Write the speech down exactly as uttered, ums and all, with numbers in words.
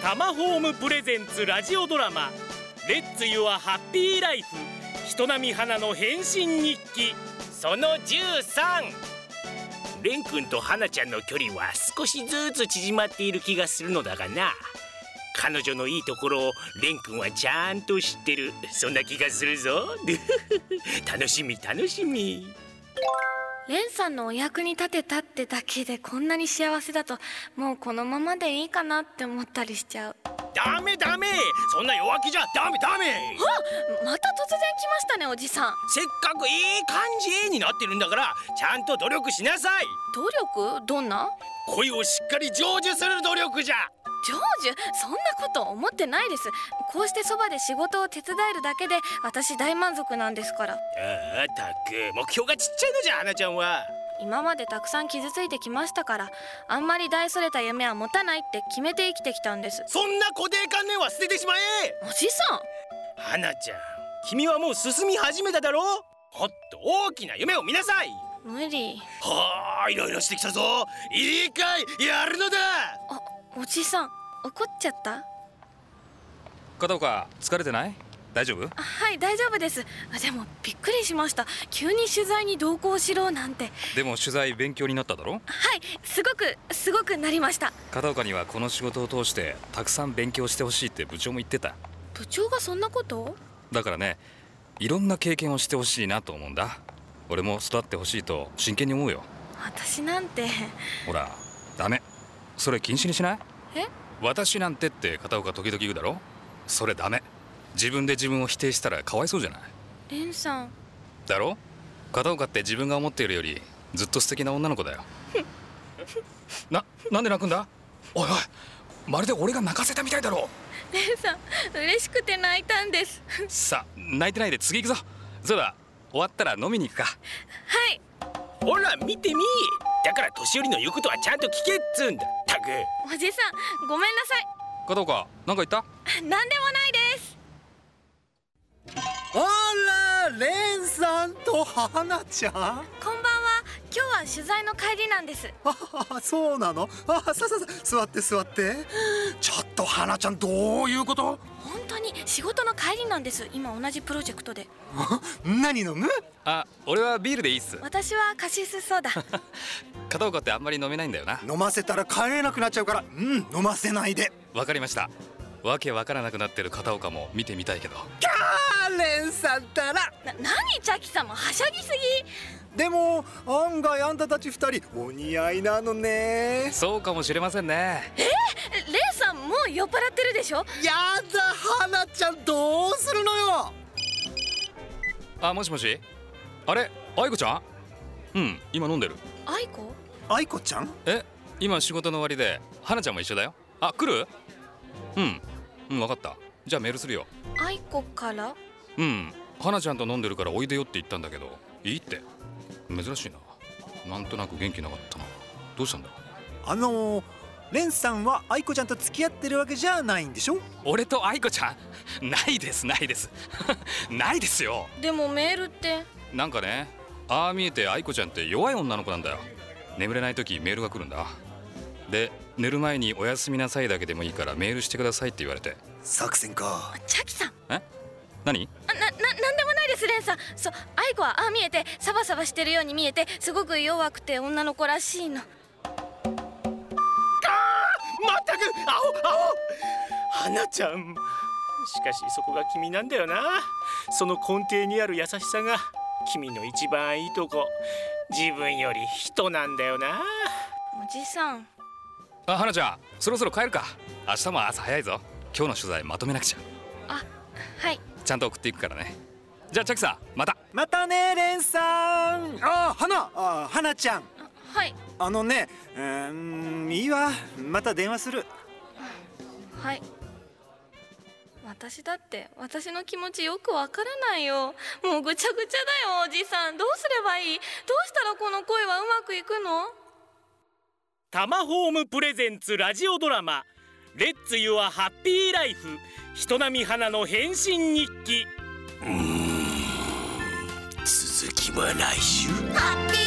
タマホームプレゼンツラジオドラマレッツユアハッピーライフ人並み花の変身日記そのじゅうさん。レン君と花ちゃんの距離は少しずつ縮まっている気がするのだがな。彼女のいいところをレン君はちゃんと知ってる。そんな気がするぞ楽しみ楽しみ。 レンさんのお役に立てたってだけでこんなに幸せだと、もうこのままでいいかなって思ったりしちゃう。 ダメダメ、そんな弱気じゃダメダメ。 あ、また突然来ましたねおじさん。 せっかくいい感じになってるんだからちゃんと努力しなさい。 努力？どんな？ 恋をしっかり成就する努力じゃ。 成就？そんなこと思ってないです。こうしてそばで仕事を手伝えるだけで私大満足なんですから。 ああ、たく目標がちっちゃいのじゃ花ちゃんは。 今までたくさん傷ついてきましたから、あんまり大それた夢は持たないって決めて生きてきたんです。 そんな固定観念は捨ててしまえ。 おじさん。 花ちゃん、君はもう進み始めただろう。もっと大きな夢を見なさい。 無理。 はあ、いろいろしてきたぞ。いいかい、やるのだ。 あ、おじさん怒っちゃった？ 片岡、疲れてない？大丈夫？ はい、大丈夫です。でもびっくりしました。急に取材に同行しろなんて。 でも取材勉強になっただろ？ はい、すごくすごくなりました。 片岡にはこの仕事を通してたくさん勉強してほしいって部長も言ってた。 部長がそんなこと？ だからね、いろんな経験をしてほしいなと思うんだ。俺も育ってほしいと真剣に思うよ。 私なんて。 ほら、ダメ。それ禁止にしない？ え？ 私なんてって片岡時々言うだろ？それダメ。自分で自分を否定したらかわいそうじゃない？ レンさん。 だろ？片岡って自分が思っているよりずっと素敵な女の子だよな、なんで泣くんだ？おいおい、まるで俺が泣かせたみたいだろ。 レンさん、嬉しくて泣いたんですさあ、泣いてないで次行くぞ。そうだ、終わったら飲みに行くか。 はい。 ほら見てみ。だから年寄りの言うことはちゃんと聞けっつうんだ。たく。 おじさん、ごめんなさい。 片岡、なんか言った？ なんでもないです。 あら、レンさんと花ちゃん。 こんばんは。今日は取材の帰りなんです。 あ、そうなの？あ、さささ、座って座って。ちょっと花ちゃん、どういうこと？ 本当に仕事の帰りなんです。今同じプロジェクトで。 何飲む？ あ、俺はビールでいいっす。 私はカシスソーダ片岡ってあんまり飲めないんだよな。 飲ませたら帰れなくなっちゃうから、うん、飲ませないで。 わかりました。わけわからなくなってる片岡も見てみたいけど。 キャー、レンさんったら。 な、何チャキさんもはしゃぎすぎ。 でも案外あんたたち二人お似合いなのね。 そうかもしれませんね。 えー、レンさんもう酔っ払ってるでしょ。 やだ、花ちゃんどうするのよ。 あ、もしもし。あれ、愛子ちゃん？うん、今飲んでる。 愛子？ 愛子ちゃん？ え、今仕事の終わりで花ちゃんも一緒だよ。あ、来る？うんうん、分かった。じゃあメールするよ。 愛子から？ うん、花ちゃんと飲んでるからおいでよって言ったんだけど、いいって。珍しいな。なんとなく元気なかったな。どうしたんだろう。 あのー、レンさんは愛子ちゃんと付き合ってるわけじゃないんでしょ？ 俺と愛子ちゃん？ないですないですないですよ。 でもメールって。 なんかね、ああ見えて愛子ちゃんって弱い女の子なんだよ。眠れない時メールが来るんだ。で、寝る前におやすみなさいだけでもいいからメールしてくださいって言われて。 作戦か。 チャキさん。 え？何？ あ、な、な、なんでもないです。レンさん。そう、愛子はああ見えてサバサバしてるように見えてすごく弱くて女の子らしいの。 あー、まったく青青花ちゃん。しかしそこが君なんだよな。その根底にある優しさが君の一番いいとこ。自分より人なんだよな。 おじさん。 あ、花ちゃん、そろそろ帰るか。明日も朝早いぞ。今日の取材まとめなくちゃ。 あ、はい。 ちゃんと送っていくからね。じゃあチャキさん、また。 またね、レンさん。あ、花、あ、花ちゃん。 はい。 あのね、うーん、いいわ。また電話する。 はい。私だって私の気持ちよくわからないよ。もうぐちゃぐちゃだよおじさん。どうすればいい？どうしたらこの恋はうまくいくの？ タマホームプレゼンツラジオドラマレッツユアハッピーライフ人並み花の変身日記。うーん、続きは来週。 ハッピー